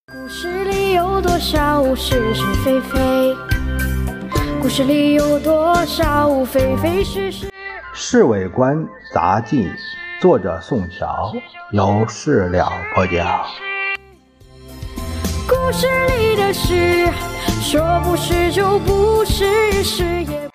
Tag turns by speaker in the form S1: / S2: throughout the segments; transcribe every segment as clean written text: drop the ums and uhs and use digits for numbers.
S1: 故事里有多少是是非非？故事里有多少非非是是？《
S2: 侍卫官杂记》，作者宋乔，由事了播讲。
S1: 故事里的事，说不是就不是，是也不是。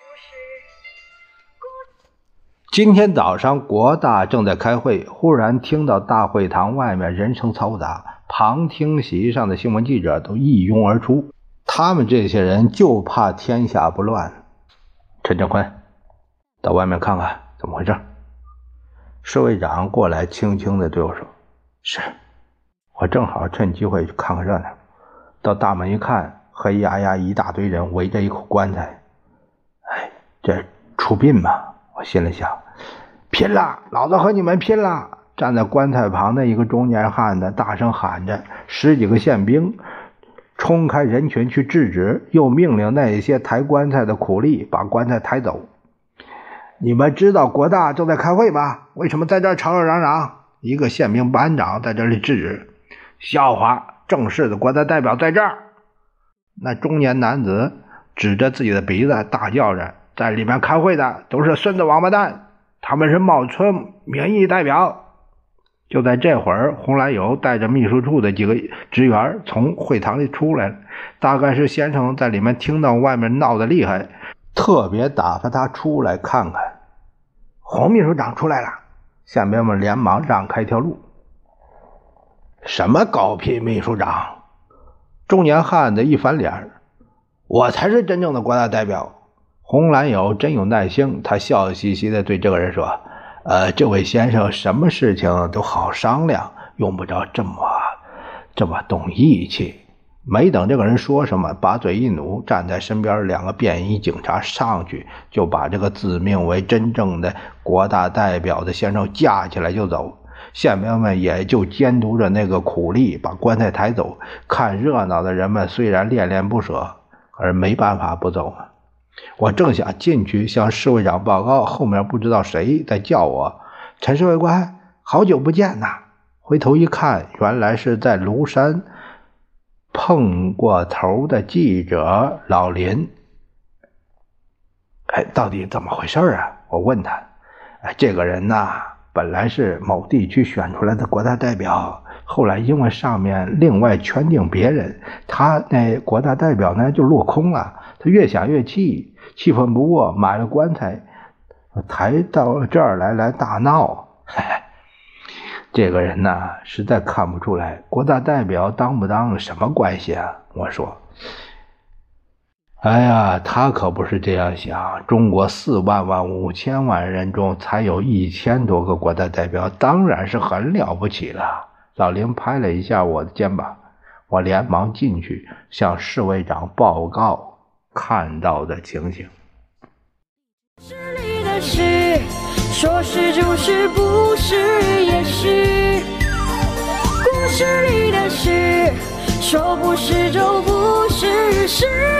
S2: 今天早上国大正在开会，忽然听到大会堂外面人声嘈杂，旁听席上的新闻记者都一拥而出。他们这些人就怕天下不乱。陈正坤，到外面看看怎么回事。侍卫长过来轻轻地对我说：是，我正好趁机会去看看热闹。到大门一看，黑压压一大堆人围着一口棺材。这出殡吗？我心里想，拼了，老子和你们拼了！站在棺材旁的一个中年汉子大声喊着，10几个宪兵冲开人群去制止，又命令那些抬棺材的苦力把棺材抬走。你们知道国大正在开会吗？为什么在这儿吵吵嚷嚷？一个宪兵班长在这里制止。笑话，正式的国大代表在这儿。那中年男子指着自己的鼻子大叫着，在里面开会的都是孙子王八蛋，他们是冒充民意代表。就在这会儿，洪来友带着秘书处的几个职员从会堂里出来了，大概是先生在里面听到外面闹得厉害，特别打发他出来看看。洪秘书长出来了，宪兵们连忙让开条路。什么狗屁秘书长？中年汉子一翻脸，我才是真正的国大代表。洪来友真有耐心，他笑嘻嘻地对这个人说：这位先生什么事情都好商量，用不着这么动义气。没等这个人说什么，把嘴一努，站在身边2个便衣警察上去就把这个自命为真正的国大代表的先生架起来就走。宪兵们也就监督着那个苦力把棺材抬走。看热闹的人们虽然恋恋不舍，可是没办法不走。我正想进去向侍卫长报告，后面不知道谁在叫我：陈侍卫官，好久不见呐！回头一看，原来是在庐山碰过头的记者老林。到底怎么回事啊？我问他。这个人呐，本来是某地区选出来的国大代表，后来因为上面另外圈定别人，他那国大代表呢就落空了。他越想越气，气愤不过，买了棺材抬到这儿来大闹。这个人呢，实在看不出来国大代表当不当什么关系啊。我说，他可不是这样想。中国4万5千万人中才有1000多个国大代表，当然是很了不起了。老林拍了一下我的肩膀，我连忙进去向侍卫长报告看到的情形。
S1: 故事里的事，说是就是，不是也是。故事里的事，说不是就不是，是